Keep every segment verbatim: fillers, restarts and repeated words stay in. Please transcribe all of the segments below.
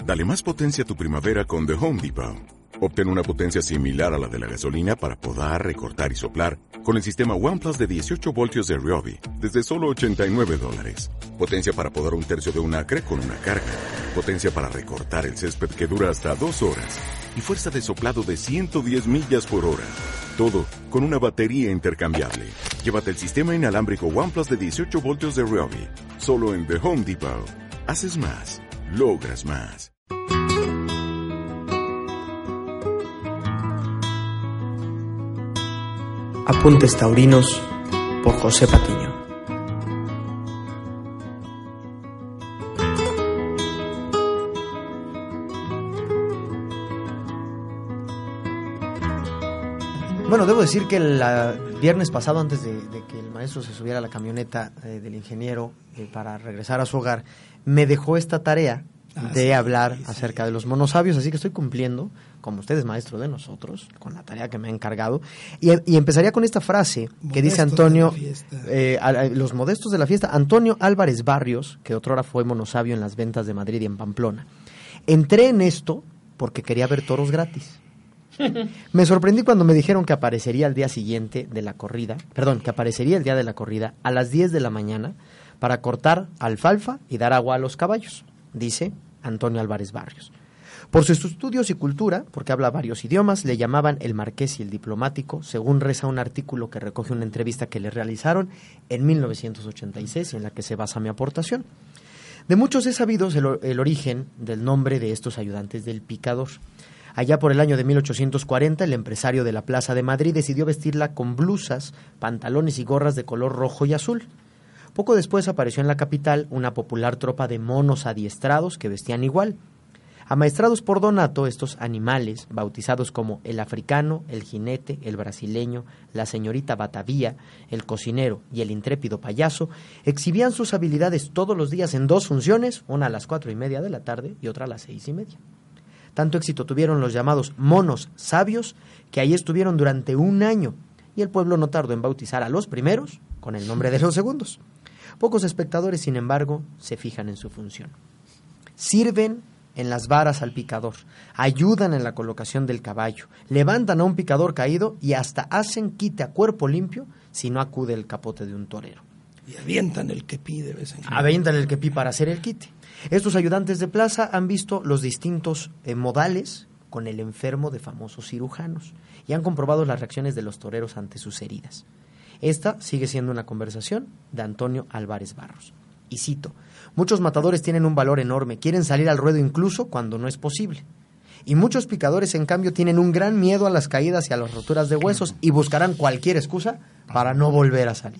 Dale más potencia a tu primavera con The Home Depot. Obtén una potencia similar a la de la gasolina para podar, recortar y soplar con el sistema OnePlus de dieciocho voltios de Ryobi desde solo ochenta y nueve dólares. Potencia para podar un tercio de un acre con una carga. Potencia para recortar el césped que dura hasta dos horas. Y fuerza de soplado de ciento diez millas por hora. Todo con una batería intercambiable. Llévate el sistema inalámbrico OnePlus de dieciocho voltios de Ryobi. Solo en The Home Depot. Haces más. Logras más. Apuntes taurinos por José Patiño. Bueno, debo decir que el viernes pasado, antes de, de que el maestro se subiera a la camioneta eh, del ingeniero eh, para regresar a su hogar, me dejó esta tarea ah, de sí, hablar sí, acerca sí. de los monosabios, así que estoy cumpliendo, como usted es maestro de nosotros, con la tarea que me ha encargado, y, y empezaría con esta frase modestos que dice Antonio, eh, a, a, los modestos de la fiesta, Antonio Álvarez Barrios, que otrora fue monosabio en las ventas de Madrid y en Pamplona. Entré en esto porque quería ver toros gratis. Me sorprendí cuando me dijeron que aparecería al día siguiente de la corrida, perdón, que aparecería el día de la corrida a las diez de la mañana para cortar alfalfa y dar agua a los caballos, dice Antonio Álvarez Barrios. Por sus estudios y cultura, porque habla varios idiomas, le llamaban el marqués y el diplomático, según reza un artículo que recoge una entrevista que le realizaron en mil novecientos ochenta y seis, en la que se basa mi aportación. De muchos es sabido el, el origen del nombre de estos ayudantes del picador. Allá por el año de mil ochocientos cuarenta, el empresario de la Plaza de Madrid decidió vestirla con blusas, pantalones y gorras de color rojo y azul. Poco después apareció en la capital una popular tropa de monos adiestrados que vestían igual. Amaestrados por Donato, estos animales, bautizados como el africano, el jinete, el brasileño, la señorita Batavía, el cocinero y el intrépido payaso, exhibían sus habilidades todos los días en dos funciones, una a las cuatro y media de la tarde y otra a las seis y media. Tanto éxito tuvieron los llamados monos sabios que ahí estuvieron durante un año y el pueblo no tardó en bautizar a los primeros con el nombre de los segundos. Pocos espectadores, sin embargo, se fijan en su función. Sirven en las varas al picador, ayudan en la colocación del caballo, levantan a un picador caído y hasta hacen quite a cuerpo limpio si no acude el capote de un torero. Y avientan el quepí de vez en cuando. Avientan el quepí para hacer el quite. Estos ayudantes de plaza han visto los distintos eh, modales con el enfermo de famosos cirujanos y han comprobado las reacciones de los toreros ante sus heridas. Esta sigue siendo una conversación de Antonio Álvarez Barrios. Y cito, muchos matadores tienen un valor enorme, quieren salir al ruedo incluso cuando no es posible. Y muchos picadores, en cambio, tienen un gran miedo a las caídas y a las roturas de huesos y buscarán cualquier excusa para no volver a salir.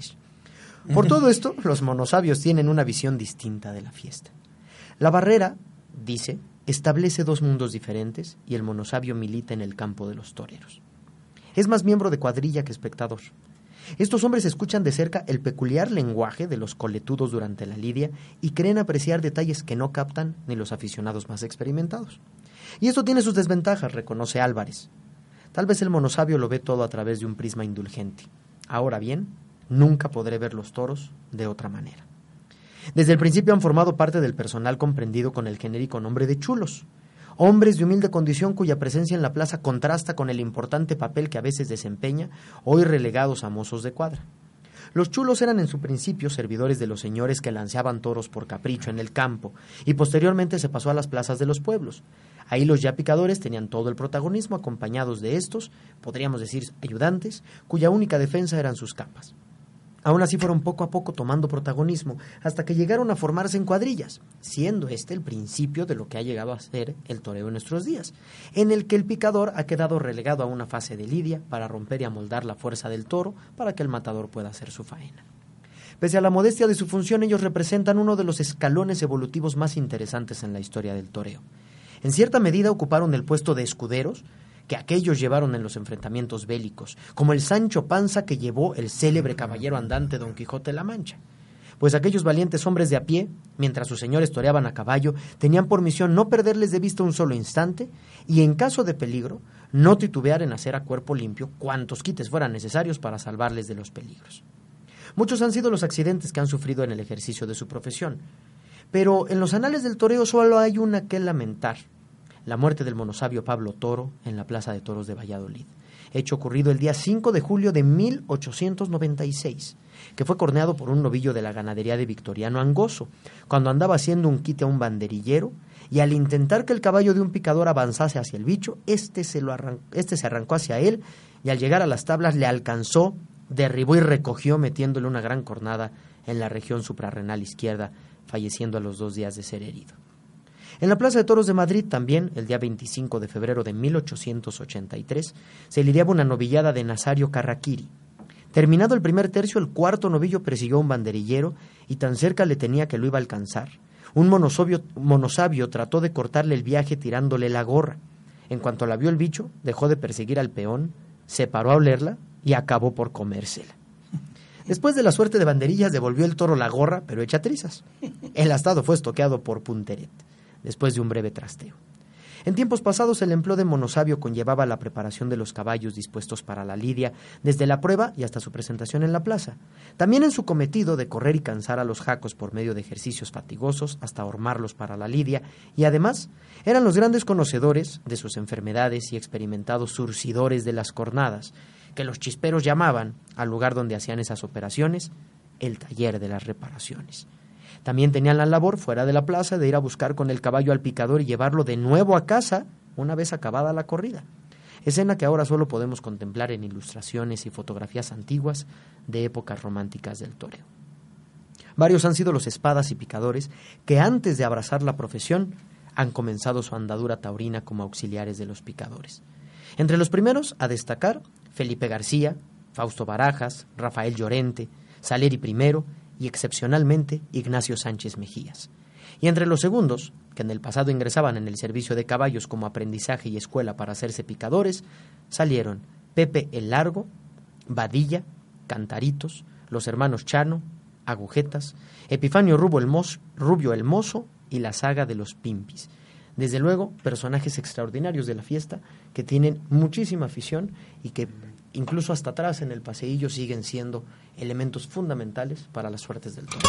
Por todo esto, los monosabios tienen una visión distinta de la fiesta. La barrera, dice, establece dos mundos diferentes y el monosabio milita en el campo de los toreros. Es más miembro de cuadrilla que espectador. Estos hombres escuchan de cerca el peculiar lenguaje de los coletudos durante la lidia y creen apreciar detalles que no captan ni los aficionados más experimentados. Y esto tiene sus desventajas, reconoce Álvarez. Tal vez el monosabio lo ve todo a través de un prisma indulgente. Ahora bien, nunca podré ver los toros de otra manera. Desde el principio han formado parte del personal comprendido con el genérico nombre de chulos, hombres de humilde condición cuya presencia en la plaza contrasta con el importante papel que a veces desempeña, hoy relegados a mozos de cuadra. Los chulos eran en su principio servidores de los señores que lanceaban toros por capricho en el campo y posteriormente se pasó a las plazas de los pueblos. Ahí los ya picadores tenían todo el protagonismo acompañados de estos, podríamos decir ayudantes, cuya única defensa eran sus capas. Aún así fueron poco a poco tomando protagonismo hasta que llegaron a formarse en cuadrillas, siendo este el principio de lo que ha llegado a ser el toreo en nuestros días, en el que el picador ha quedado relegado a una fase de lidia para romper y amoldar la fuerza del toro para que el matador pueda hacer su faena. Pese a la modestia de su función, ellos representan uno de los escalones evolutivos más interesantes en la historia del toreo. En cierta medida ocuparon el puesto de escuderos que aquellos llevaron en los enfrentamientos bélicos, como el Sancho Panza que llevó el célebre caballero andante Don Quijote de la Mancha. Pues aquellos valientes hombres de a pie, mientras sus señores toreaban a caballo, tenían por misión no perderles de vista un solo instante y, en caso de peligro, no titubear en hacer a cuerpo limpio cuantos quites fueran necesarios para salvarles de los peligros. Muchos han sido los accidentes que han sufrido en el ejercicio de su profesión, Pero en los anales del toreo solo hay una que lamentar: la muerte del monosabio Pablo Toro en la Plaza de Toros de Valladolid, hecho ocurrido el día cinco de julio de mil ochocientos noventa y seis, que fue corneado por un novillo de la ganadería de Victoriano Angoso, cuando andaba haciendo un quite a un banderillero, y al intentar que el caballo de un picador avanzase hacia el bicho, este se, lo arran- este se arrancó hacia él, y al llegar a las tablas le alcanzó, derribó y recogió, metiéndole una gran cornada en la región suprarrenal izquierda, falleciendo a los dos días de ser herido. En la Plaza de Toros de Madrid también, el día veinticinco de febrero de mil ochocientos ochenta y tres, se lidiaba una novillada de Nazario Carraquiri. Terminado el primer tercio, el cuarto novillo persiguió a un banderillero y tan cerca le tenía que lo iba a alcanzar. Un monosabio, monosabio trató de cortarle el viaje tirándole la gorra. En cuanto la vio el bicho, dejó de perseguir al peón, se paró a olerla y acabó por comérsela. Después de la suerte de banderillas, devolvió el toro la gorra, pero hecha trizas. El astado fue estoqueado por Punteret, después de un breve trasteo. En tiempos pasados, el empleo de monosabio conllevaba la preparación de los caballos dispuestos para la lidia, desde la prueba y hasta su presentación en la plaza. También en su cometido de correr y cansar a los jacos por medio de ejercicios fatigosos hasta armarlos para la lidia, y además eran los grandes conocedores de sus enfermedades y experimentados surcidores de las cornadas, que los chisperos llamaban, al lugar donde hacían esas operaciones, el taller de las reparaciones. También tenían la labor, fuera de la plaza, de ir a buscar con el caballo al picador y llevarlo de nuevo a casa una vez acabada la corrida. Escena que ahora solo podemos contemplar en ilustraciones y fotografías antiguas de épocas románticas del toreo. Varios han sido los espadas y picadores que antes de abrazar la profesión han comenzado su andadura taurina como auxiliares de los picadores. Entre los primeros a destacar, Felipe García, Fausto Barajas, Rafael Llorente, Saleri primero y excepcionalmente Ignacio Sánchez Mejías. Y entre los segundos, que en el pasado ingresaban en el servicio de caballos como aprendizaje y escuela para hacerse picadores, salieron Pepe el Largo, Badilla, Cantaritos, los hermanos Chano, Agujetas, Epifanio Rubio el, Mozo, Rubio el Mozo y la saga de los Pimpis. Desde luego, personajes extraordinarios de la fiesta que tienen muchísima afición y que incluso hasta atrás en el paseillo siguen siendo elementos fundamentales para las suertes del toro.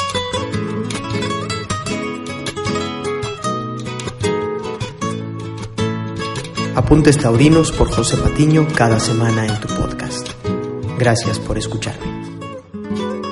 Apuntes taurinos por José Patiño cada semana en tu podcast. Gracias por escucharme.